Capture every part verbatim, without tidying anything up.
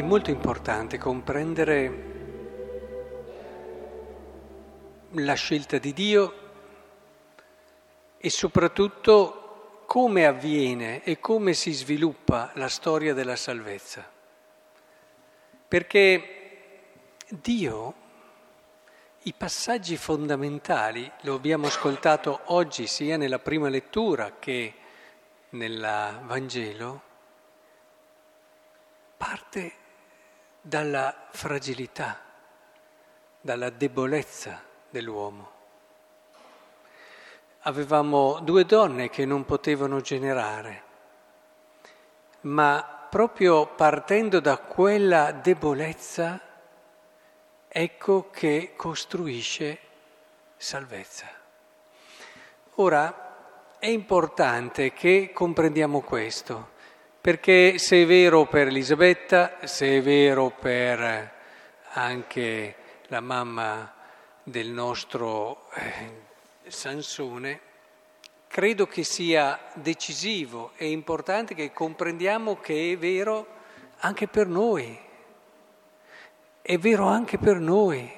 è molto importante comprendere la scelta di Dio e soprattutto come avviene e come si sviluppa la storia della salvezza. Perché Dio, i passaggi fondamentali, lo abbiamo ascoltato oggi sia nella prima lettura che nel Vangelo, parte dalla fragilità, dalla debolezza dell'uomo. Avevamo due donne che non potevano generare, ma proprio partendo da quella debolezza, ecco che costruisce salvezza. Ora, è importante che comprendiamo questo, perché se è vero per Elisabetta, se è vero per anche la mamma del nostro eh, Sansone, credo che sia decisivo e importante che comprendiamo che è vero anche per noi, è vero anche per noi.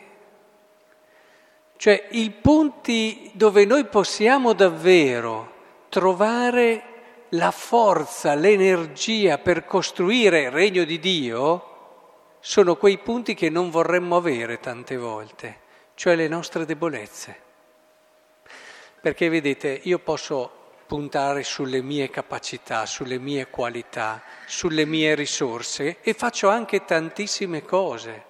Cioè i punti dove noi possiamo davvero trovare la forza, l'energia per costruire il regno di Dio sono quei punti che non vorremmo avere tante volte, cioè le nostre debolezze. Perché vedete, io posso puntare sulle mie capacità, sulle mie qualità, sulle mie risorse e faccio anche tantissime cose,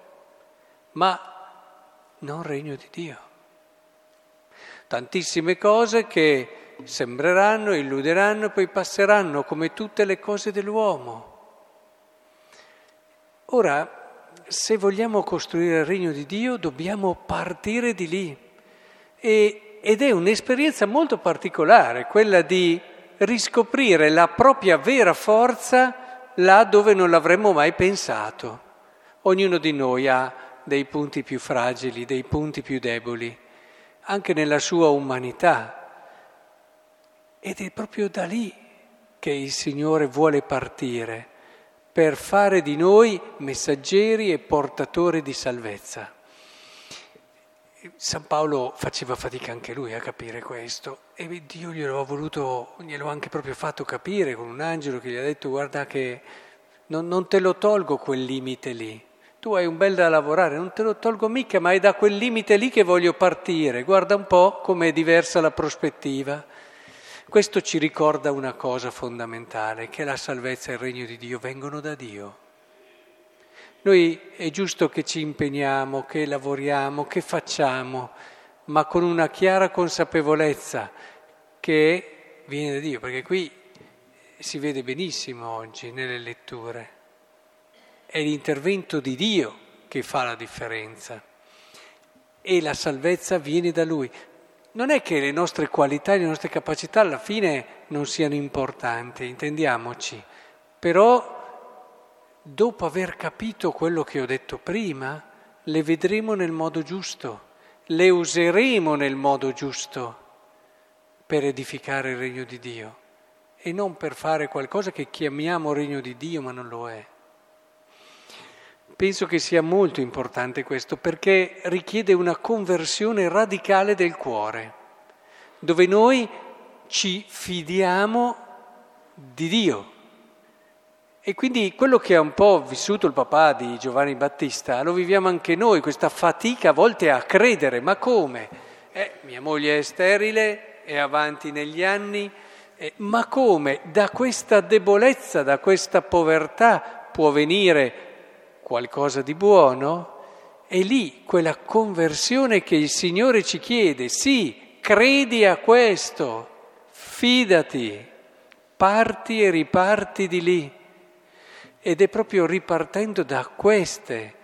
ma non regno di Dio. Tantissime cose che sembreranno, illuderanno e poi passeranno come tutte le cose dell'uomo. Ora, se vogliamo costruire il regno di Dio dobbiamo partire di lì e, ed è un'esperienza molto particolare quella di riscoprire la propria vera forza là dove non l'avremmo mai pensato. Ognuno di noi ha dei punti più fragili, dei punti più deboli, anche nella sua umanità. Ed è proprio da lì che il Signore vuole partire per fare di noi messaggeri e portatori di salvezza. San Paolo faceva fatica anche lui a capire questo e Dio glielo ha voluto, glielo ha anche proprio fatto capire con un angelo che gli ha detto: guarda che non, non te lo tolgo quel limite lì, tu hai un bel da lavorare, non te lo tolgo mica, ma è da quel limite lì che voglio partire, guarda un po' com'è diversa la prospettiva. Questo ci ricorda una cosa fondamentale, che la salvezza e il regno di Dio vengono da Dio. Noi è giusto che ci impegniamo, che lavoriamo, che facciamo, ma con una chiara consapevolezza che viene da Dio, perché qui si vede benissimo oggi nelle letture. È l'intervento di Dio che fa la differenza e la salvezza viene da Lui. Non è che le nostre qualità e le nostre capacità alla fine non siano importanti, intendiamoci, però dopo aver capito quello che ho detto prima, le vedremo nel modo giusto, le useremo nel modo giusto per edificare il regno di Dio e non per fare qualcosa che chiamiamo regno di Dio ma non lo è. Penso che sia molto importante questo perché richiede una conversione radicale del cuore, dove noi ci fidiamo di Dio. E quindi quello che ha un po' vissuto il papà di Giovanni Battista, lo viviamo anche noi, questa fatica a volte a credere. Ma come? Eh, mia moglie è sterile, è avanti negli anni, eh, ma come? Da questa debolezza, da questa povertà può venire qualcosa di buono? È lì quella conversione che il Signore ci chiede. Sì, credi a questo, fidati, parti e riparti di lì. Ed è proprio ripartendo da queste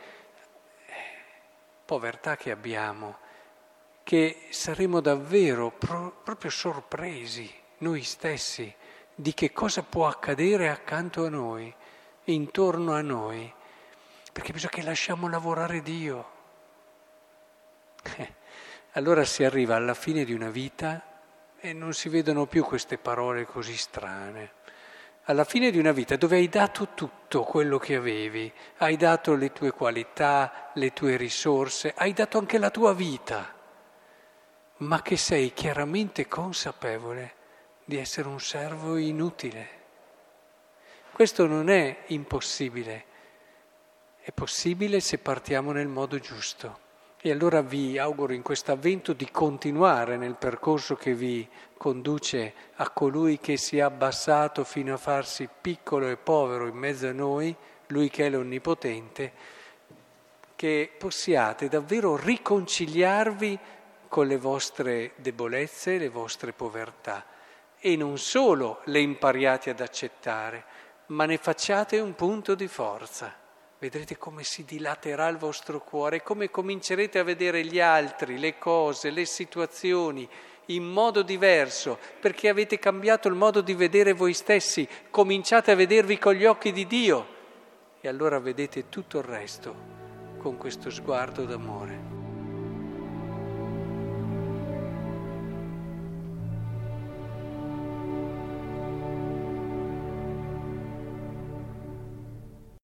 povertà che abbiamo che saremo davvero pro- proprio sorpresi noi stessi di che cosa può accadere accanto a noi, intorno a noi. Perché bisogna che lasciamo lavorare Dio. Eh, allora si arriva alla fine di una vita e non si vedono più queste parole così strane. alla fine di una vita dove hai dato tutto quello che avevi, hai dato le tue qualità, le tue risorse, hai dato anche la tua vita, ma che sei chiaramente consapevole di essere un servo inutile. Questo non è impossibile, è possibile se partiamo nel modo giusto. E allora vi auguro in questo avvento di continuare nel percorso che vi conduce a colui che si è abbassato fino a farsi piccolo e povero in mezzo a noi, lui che è l'Onnipotente, che possiate davvero riconciliarvi con le vostre debolezze, le vostre povertà, e non solo le impariate ad accettare, ma ne facciate un punto di forza. Vedrete come si dilaterà il vostro cuore, come comincerete a vedere gli altri, le cose, le situazioni in modo diverso, perché avete cambiato il modo di vedere voi stessi, cominciate a vedervi con gli occhi di Dio e allora vedete tutto il resto con questo sguardo d'amore.